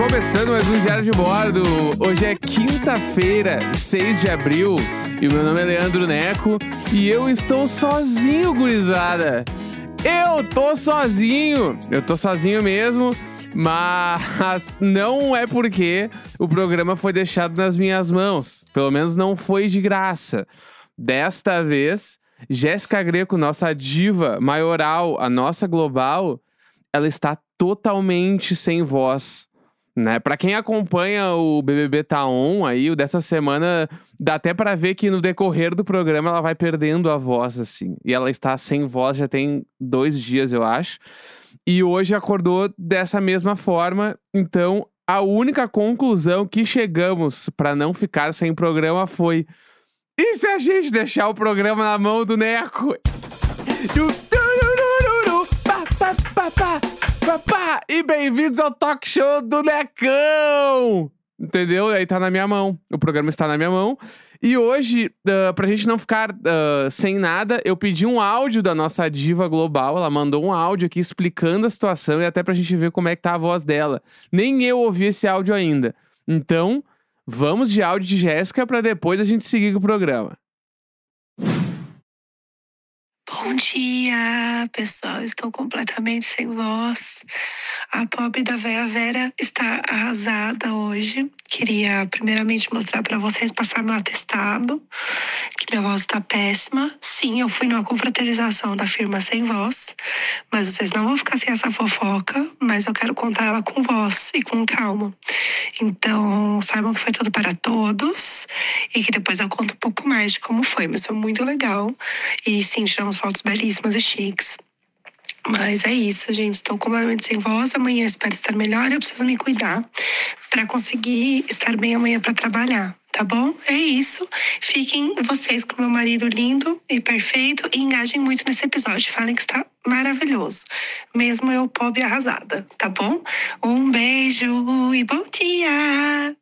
Começando mais um Diário de Bordo. Hoje é quinta-feira, 6 de abril, e o meu nome é Leandro Neco e eu estou sozinho, gurizada. Eu tô sozinho mesmo, mas não é porque o programa foi deixado nas minhas mãos. Pelo menos não foi de graça. Desta vez, Jéssica Greco, nossa diva maioral, a nossa global, ela está totalmente sem voz, né? Pra quem acompanha o BBB Tá On aí, o dessa semana, dá até pra ver que no decorrer do programa ela vai perdendo a voz, assim. E ela está sem voz já tem 2 dias, eu acho. E hoje acordou dessa mesma forma. Então, a única conclusão que chegamos pra não ficar sem programa foi: e se a gente deixar o programa na mão do Neco? E bem-vindos ao talk show do Necão! Entendeu? Aí tá na minha mão. O programa está na minha mão. E hoje, pra gente não ficar sem nada, eu pedi um áudio da nossa diva global. Ela mandou um áudio aqui explicando a situação e até pra gente ver como é que tá a voz dela. Nem eu ouvi esse áudio ainda. Então, vamos de áudio de Jéssica pra depois a gente seguir com o programa. Bom dia, pessoal. Estou completamente sem voz. A pobre da véia Vera está arrasada hoje. Queria primeiramente mostrar para vocês, passar meu atestado, que minha voz está péssima. Sim, eu fui numa confraternização da firma Sem Voz, mas vocês não vão ficar sem essa fofoca, mas eu quero contar ela com voz e com calma. Então, saibam que foi tudo para todos e que depois eu conto um pouco mais de como foi, mas foi muito legal. E sim, tiramos fotos belíssimas e chiques. Mas é isso, gente. Estou completamente sem voz. Amanhã espero estar melhor. Eu preciso me cuidar para conseguir estar bem amanhã para trabalhar, tá bom? É isso. Fiquem vocês com meu marido lindo e perfeito e engajem muito nesse episódio. Falem que está maravilhoso. Mesmo eu pobre arrasada, tá bom? Um beijo e bom dia!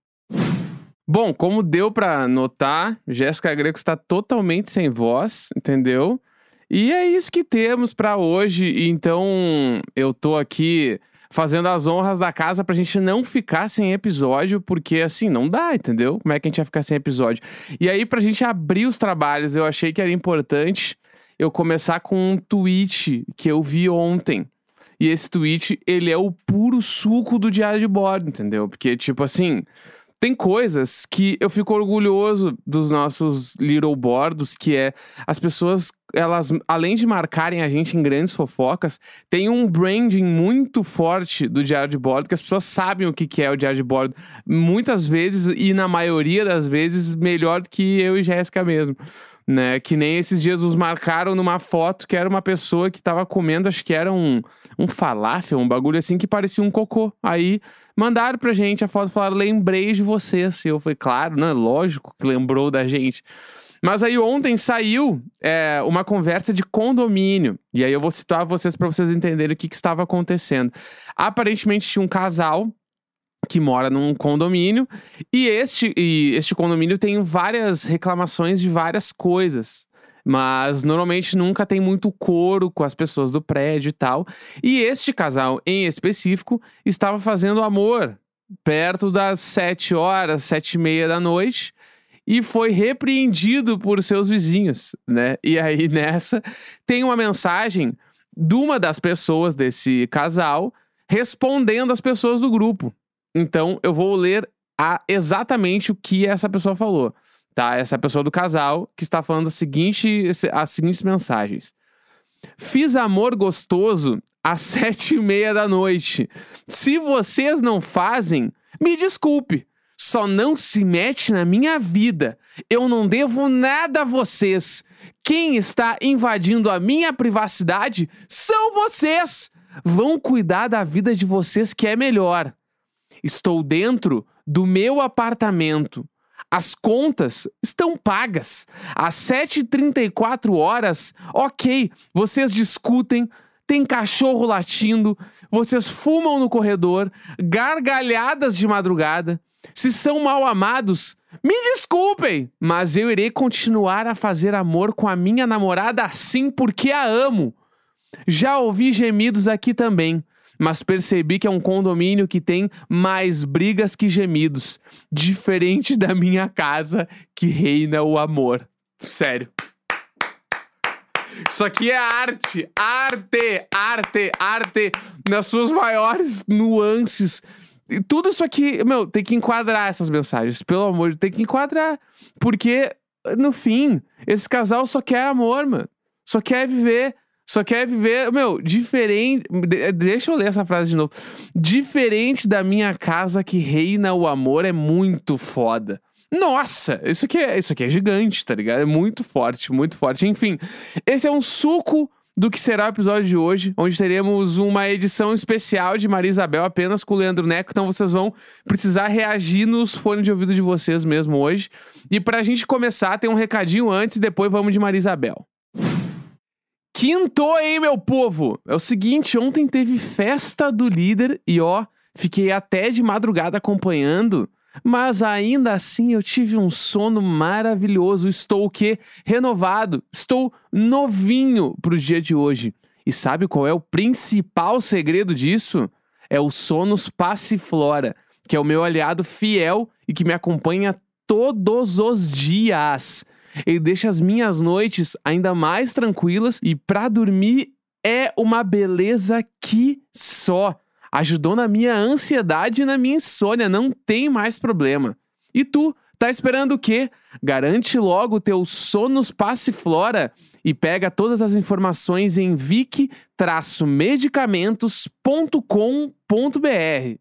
Bom, como deu pra notar, Jéssica Greco está totalmente sem voz, entendeu? E é isso que temos pra hoje. Então, eu tô aqui fazendo as honras da casa pra gente não ficar sem episódio, porque assim, não dá, entendeu? Como é que a gente vai ficar sem episódio? E aí, pra gente abrir os trabalhos, eu achei que era importante eu começar com um tweet que eu vi ontem. E esse tweet, ele é o puro suco do Diário de Bordo, entendeu? Porque, tipo assim, tem coisas que eu fico orgulhoso dos nossos little bordos, que é as pessoas, elas, além de marcarem a gente em grandes fofocas, tem um branding muito forte do Diário de Bordo, que as pessoas sabem o que é o Diário de Bordo, muitas vezes, e na maioria das vezes, melhor do que eu e Jéssica mesmo. Né, que nem esses dias nos marcaram numa foto que era uma pessoa que tava comendo, acho que era um falafel, um bagulho assim que parecia um cocô. Aí mandaram pra gente a foto e falaram: lembrei de vocês. E eu falei: claro, né? Lógico que lembrou da gente. Mas aí ontem saiu uma conversa de condomínio. E aí eu vou citar vocês pra vocês entenderem o que estava acontecendo. Aparentemente tinha um casal que mora num condomínio, e este condomínio tem várias reclamações de várias coisas, mas normalmente nunca tem muito coro com as pessoas do prédio e tal. E este casal em específico estava fazendo amor perto das 7 horas, 7h30 da noite, e foi repreendido por seus vizinhos, né? E aí nessa tem uma mensagem de uma das pessoas desse casal respondendo às pessoas do grupo. Então, eu vou ler exatamente o que essa pessoa falou, tá? Essa pessoa do casal que está falando as seguintes mensagens. Fiz amor gostoso às 7h30 da noite. Se vocês não fazem, me desculpe. Só não se mete na minha vida. Eu não devo nada a vocês. Quem está invadindo a minha privacidade são vocês. Vão cuidar da vida de vocês, que é melhor. Estou dentro do meu apartamento. As contas estão pagas. Às 7h34, ok, vocês discutem, tem cachorro latindo, vocês fumam no corredor, gargalhadas de madrugada. Se são mal amados, me desculpem, mas eu irei continuar a fazer amor com a minha namorada assim porque a amo. Já ouvi gemidos aqui também. mas percebi que é um condomínio que tem mais brigas que gemidos. Diferente da minha casa, que reina o amor. Sério. Isso aqui é arte. Arte, arte, arte. Nas suas maiores nuances. E tudo isso aqui, meu, tem que enquadrar essas mensagens. Pelo amor de Deus, tem que enquadrar. Porque, no fim, esse casal só quer amor, mano. Só quer viver. Só quer viver, meu, diferente... Deixa eu ler essa frase de novo. Diferente da minha casa que reina o amor é muito foda. Nossa, isso aqui é gigante, tá ligado? É muito forte, muito forte. Enfim, esse é um suco do que será o episódio de hoje, onde teremos uma edição especial de Maria Isabel apenas com o Leandro Neco, então vocês vão precisar reagir nos fones de ouvido de vocês mesmo hoje. E pra gente começar, tem um recadinho antes e depois vamos de Maria Isabel. Quintou, hein, meu povo? É o seguinte, ontem teve festa do líder e ó, fiquei até de madrugada acompanhando, mas ainda assim eu tive um sono maravilhoso. Estou o quê? Renovado. Estou novinho pro dia de hoje. E sabe qual é o principal segredo disso? É o Sonos Passiflora, que é o meu aliado fiel e que me acompanha todos os dias. Ele deixa as minhas noites ainda mais tranquilas e pra dormir é uma beleza que só. Ajudou na minha ansiedade e na minha insônia, não tem mais problema. E tu, tá esperando o quê? Garante logo o teu Sonos Passiflora e pega todas as informações em vic-medicamentos.com.br.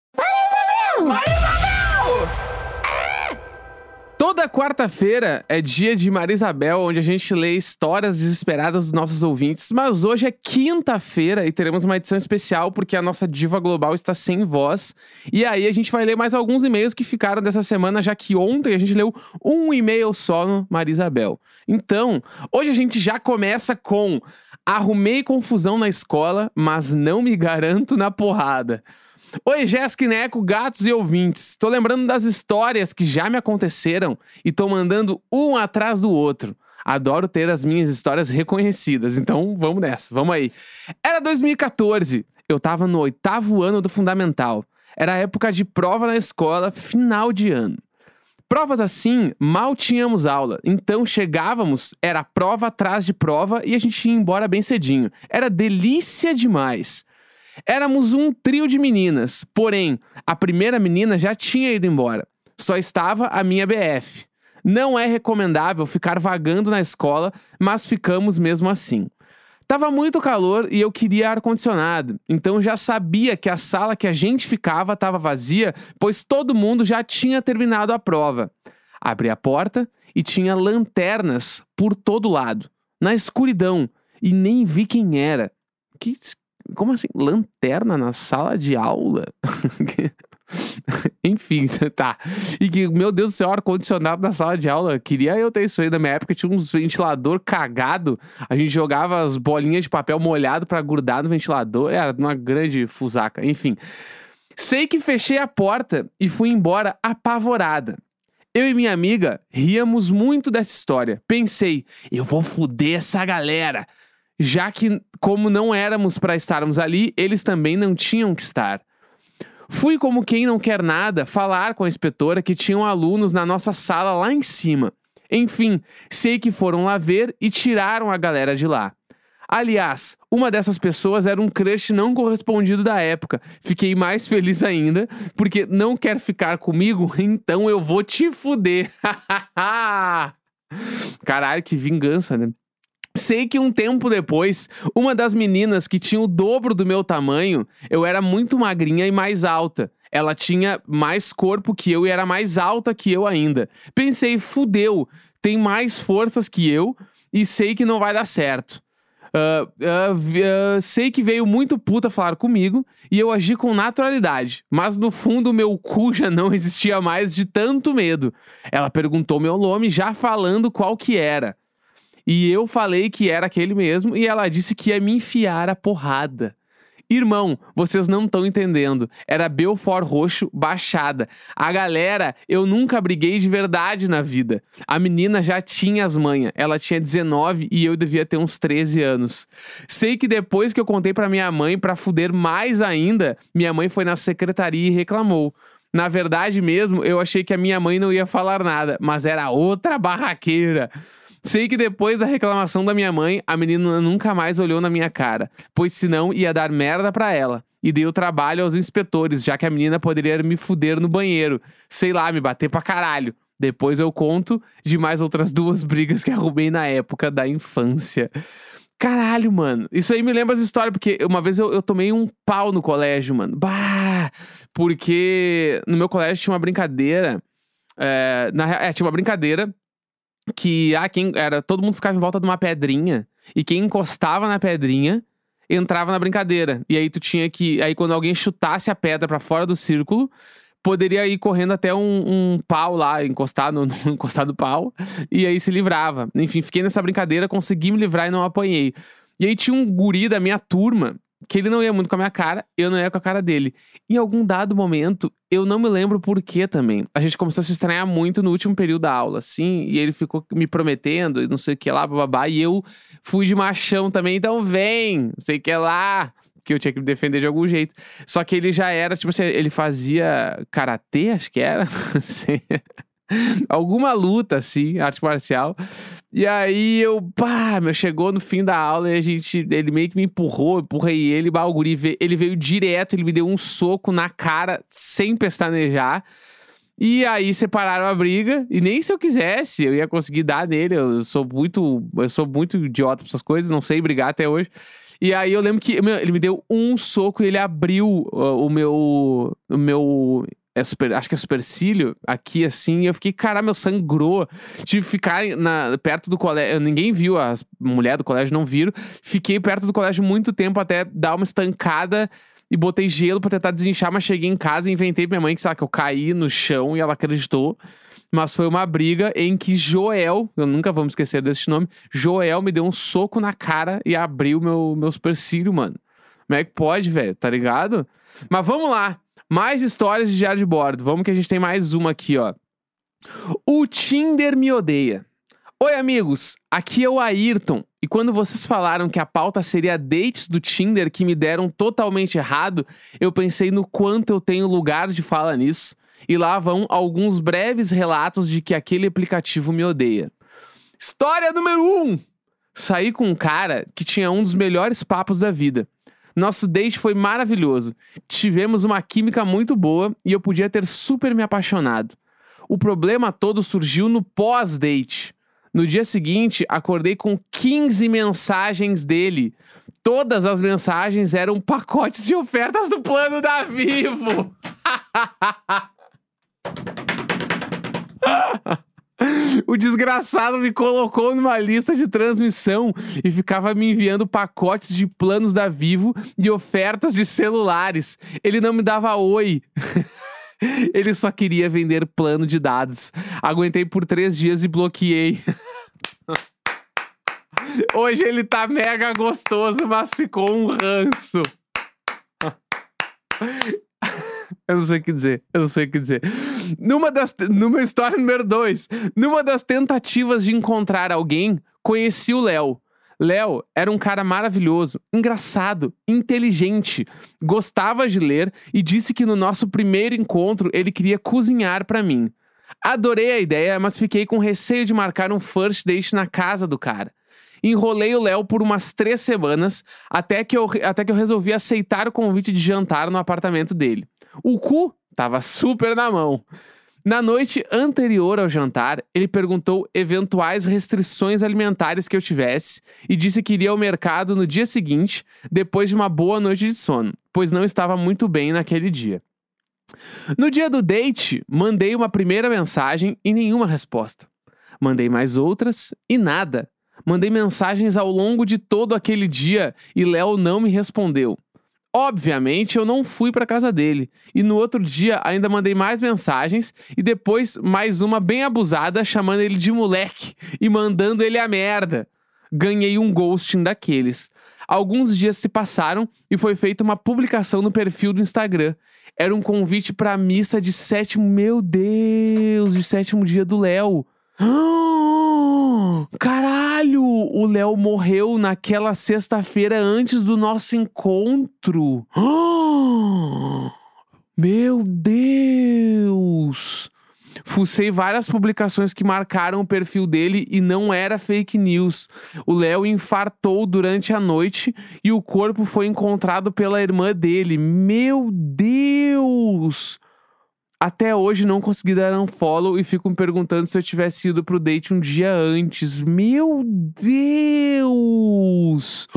Toda quarta-feira é dia de Maria Isabel, onde a gente lê histórias desesperadas dos nossos ouvintes. Mas hoje é quinta-feira e teremos uma edição especial porque a nossa diva global está sem voz. E aí a gente vai ler mais alguns e-mails que ficaram dessa semana, já que ontem a gente leu um e-mail só no Maria Isabel. Então, hoje a gente já começa com: arrumei confusão na escola, mas não me garanto na porrada. Oi, Jéssica e Neco, gatos e ouvintes. Tô lembrando das histórias que já me aconteceram e tô mandando um atrás do outro. Adoro ter as minhas histórias reconhecidas, então vamos nessa, vamos aí. Era 2014, eu tava no 8º ano do fundamental. Era época de prova na escola, final de ano. Provas assim, mal tínhamos aula, então chegávamos, era prova atrás de prova e a gente ia embora bem cedinho. Era delícia demais. Éramos um trio de meninas, porém, a primeira menina já tinha ido embora. Só estava a minha BF. Não é recomendável ficar vagando na escola, mas ficamos mesmo assim. Tava muito calor e eu queria ar-condicionado, então já sabia que a sala que a gente ficava estava vazia, pois todo mundo já tinha terminado a prova. Abri a porta e tinha lanternas por todo lado, na escuridão, e nem vi quem era. Como assim? Lanterna na sala de aula? Enfim, tá. E que, meu Deus do céu, ar-condicionado na sala de aula. Queria eu ter isso aí. Na minha época tinha uns ventilador cagado. A gente jogava as bolinhas de papel molhado pra grudar no ventilador. Era uma grande fusaca. Enfim. Sei que fechei a porta e fui embora apavorada. Eu e minha amiga ríamos muito dessa história. Pensei, eu vou foder essa galera. Já que, como não éramos para estarmos ali, eles também não tinham que estar. Fui como quem não quer nada falar com a inspetora que tinham alunos na nossa sala lá em cima. Enfim, sei que foram lá ver e tiraram a galera de lá. Aliás, uma dessas pessoas era um crush não correspondido da época. Fiquei mais feliz ainda, porque não quer ficar comigo, então eu vou te fuder. Caralho, que vingança, né? Sei que um tempo depois, uma das meninas que tinha o dobro do meu tamanho, eu era muito magrinha e mais alta. Ela tinha mais corpo que eu e era mais alta que eu ainda. Pensei, fudeu, tem mais forças que eu e sei que não vai dar certo. Sei que veio muito puta falar comigo e eu agi com naturalidade, mas no fundo meu cu já não existia mais de tanto medo. Ela perguntou meu nome já falando qual que era. E eu falei que era aquele mesmo e ela disse que ia me enfiar a porrada. Irmão, vocês não estão entendendo. Era Belfort Roxo, Baixada. A galera, eu nunca briguei de verdade na vida. A menina já tinha as manhas. Ela tinha 19 e eu devia ter uns 13 anos. Sei que depois que eu contei pra minha mãe, pra fuder mais ainda, minha mãe foi na secretaria e reclamou. Na verdade mesmo, eu achei que a minha mãe não ia falar nada, mas era outra barraqueira. Sei que depois da reclamação da minha mãe, a menina nunca mais olhou na minha cara, pois senão ia dar merda pra ela. E dei o trabalho aos inspetores, já que a menina poderia me fuder no banheiro. Sei lá, me bater pra caralho. Depois eu conto de mais outras 2 brigas que arrumei na época da infância. Caralho, mano. Isso aí me lembra as histórias, porque uma vez eu tomei um pau no colégio, mano. Bah! Porque no meu colégio tinha uma brincadeira. Tinha uma brincadeira que todo mundo ficava em volta de uma pedrinha. E quem encostava na pedrinha entrava na brincadeira. E aí tu tinha que. Aí quando alguém chutasse a pedra pra fora do círculo, poderia ir correndo até um pau lá, encostar no pau, e aí se livrava. Enfim, fiquei nessa brincadeira, consegui me livrar e não apanhei. E aí tinha um guri da minha turma, que ele não ia muito com a minha cara, eu não ia com a cara dele. Em algum dado momento, eu não me lembro por que também. A gente começou a se estranhar muito no último período da aula, assim, e ele ficou me prometendo, e não sei o que lá, bababá, e eu fui de machão também, então vem, não sei o que lá. Que eu tinha que me defender de algum jeito. Só que ele já era, tipo assim, ele fazia karatê, acho que era. Assim, alguma luta, assim, arte marcial. E aí chegou no fim da aula e ele meio que me empurrei ele, o guri, ele veio direto, ele me deu um soco na cara, sem pestanejar. E aí separaram a briga, e nem se eu quisesse, eu ia conseguir dar nele, eu sou muito idiota pra essas coisas, não sei brigar até hoje. E aí eu lembro que ele me deu um soco e ele abriu o meu acho que é supercílio aqui assim, e eu fiquei, caralho, meu sangrou. Tive que ficar perto do colégio, ninguém viu, as mulheres do colégio não viram. Fiquei perto do colégio muito tempo até dar uma estancada e botei gelo pra tentar desinchar, mas cheguei em casa e inventei pra minha mãe que, sei lá, que eu caí no chão e ela acreditou. Mas foi uma briga em que Joel, eu nunca vou me esquecer desse nome, Joel me deu um soco na cara e abriu meu supercílio, mano. Como é que pode, velho? Tá ligado? Mas vamos lá. Mais histórias de diário de bordo. Vamos que a gente tem mais uma aqui, ó. O Tinder me odeia. Oi, amigos. Aqui é o Ayrton. E quando vocês falaram que a pauta seria dates do Tinder que me deram totalmente errado, eu pensei no quanto eu tenho lugar de fala nisso. E lá vão alguns breves relatos de que aquele aplicativo me odeia. História número 1. Saí com um cara que tinha um dos melhores papos da vida. Nosso date foi maravilhoso. Tivemos uma química muito boa e eu podia ter super me apaixonado. O problema todo surgiu no pós-date. No dia seguinte, acordei com 15 mensagens dele. Todas as mensagens eram pacotes de ofertas do plano da Vivo. O desgraçado me colocou numa lista de transmissão e ficava me enviando pacotes de planos da Vivo e ofertas de celulares. Ele não me dava oi. Ele só queria vender plano de dados. Aguentei por 3 dias e bloqueei. Hoje ele tá mega gostoso, mas ficou um ranço. Eu não sei o que dizer. Numa história número 2, numa das tentativas de encontrar alguém, conheci o Léo. Léo era um cara maravilhoso, engraçado, inteligente, gostava de ler e disse que no nosso primeiro encontro ele queria cozinhar pra mim. Adorei a ideia, mas fiquei com receio de marcar um first date na casa do cara. Enrolei o Léo por umas 3 semanas, até que eu resolvi aceitar o convite de jantar no apartamento dele. O cu tava super na mão. Na noite anterior ao jantar, ele perguntou eventuais restrições alimentares que eu tivesse e disse que iria ao mercado no dia seguinte, depois de uma boa noite de sono, pois não estava muito bem naquele dia. No dia do date, mandei uma primeira mensagem e nenhuma resposta. Mandei mais outras e nada. Mandei mensagens ao longo de todo aquele dia e Léo não me respondeu. Obviamente, eu não fui pra casa dele. E no outro dia, ainda mandei mais mensagens e depois mais uma bem abusada chamando ele de moleque e mandando ele a merda. ganhei um ghosting daqueles. Alguns dias se passaram e foi feita uma publicação no perfil do Instagram. Era um convite pra missa de sétimo... Meu Deus! De sétimo dia do Léo. Caralho! O Léo morreu naquela sexta-feira antes do nosso encontro. Meu Deus! Fucei várias publicações que marcaram o perfil dele e não era fake news. O Léo infartou durante a noite e o corpo foi encontrado pela irmã dele. Meu Deus! Até hoje não consegui dar um follow e fico me perguntando se eu tivesse ido pro date um dia antes. Meu Deus!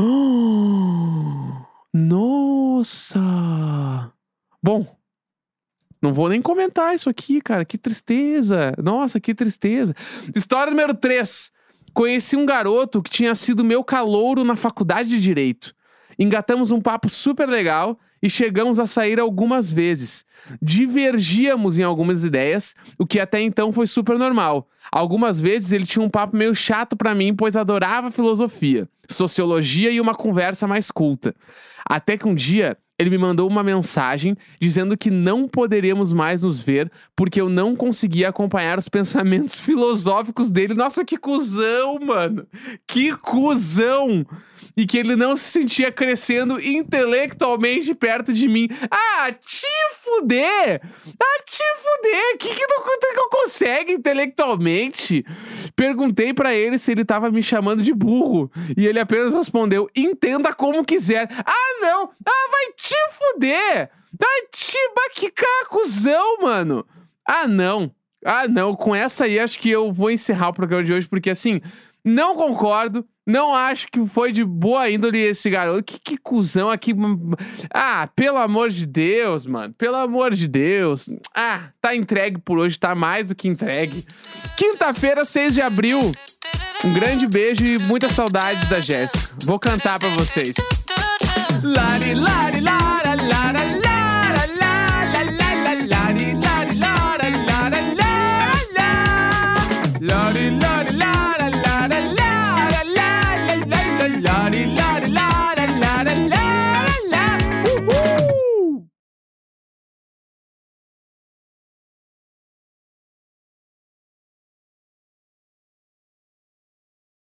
Nossa! Bom, não vou nem comentar isso aqui, cara. Que tristeza. Nossa, que tristeza. História número 3. Conheci um garoto que tinha sido meu calouro na faculdade de Direito. Engatamos um papo super legal e chegamos a sair algumas vezes. Divergíamos em algumas ideias, o que até então foi super normal. Algumas vezes ele tinha um papo meio chato pra mim, pois adorava filosofia, sociologia e uma conversa mais culta. Até que um dia ele me mandou uma mensagem dizendo que não poderíamos mais nos ver porque eu não conseguia acompanhar os pensamentos filosóficos dele. Nossa, que cuzão, mano! Que cuzão! E que ele não se sentia crescendo intelectualmente perto de mim. Ah, te fuder! Ah, te fuder! Que não consegue intelectualmente? Perguntei pra ele se ele tava me chamando de burro. E ele apenas respondeu, entenda como quiser. Ah, não! Ah, vai te fuder! Ai, que cuzão, mano! Ah, não! Ah, não! Com essa aí, acho que eu vou encerrar o programa de hoje, porque assim, não concordo. Não acho que foi de boa índole esse garoto. Que cuzão aqui. Ah, pelo amor de Deus, mano. Pelo amor de Deus. Ah, tá entregue por hoje. Tá mais do que entregue. Quinta-feira, 6 de abril. Um grande beijo e muitas saudades da Jéssica. Vou cantar pra vocês. Lari, lari, lara, lara, lara.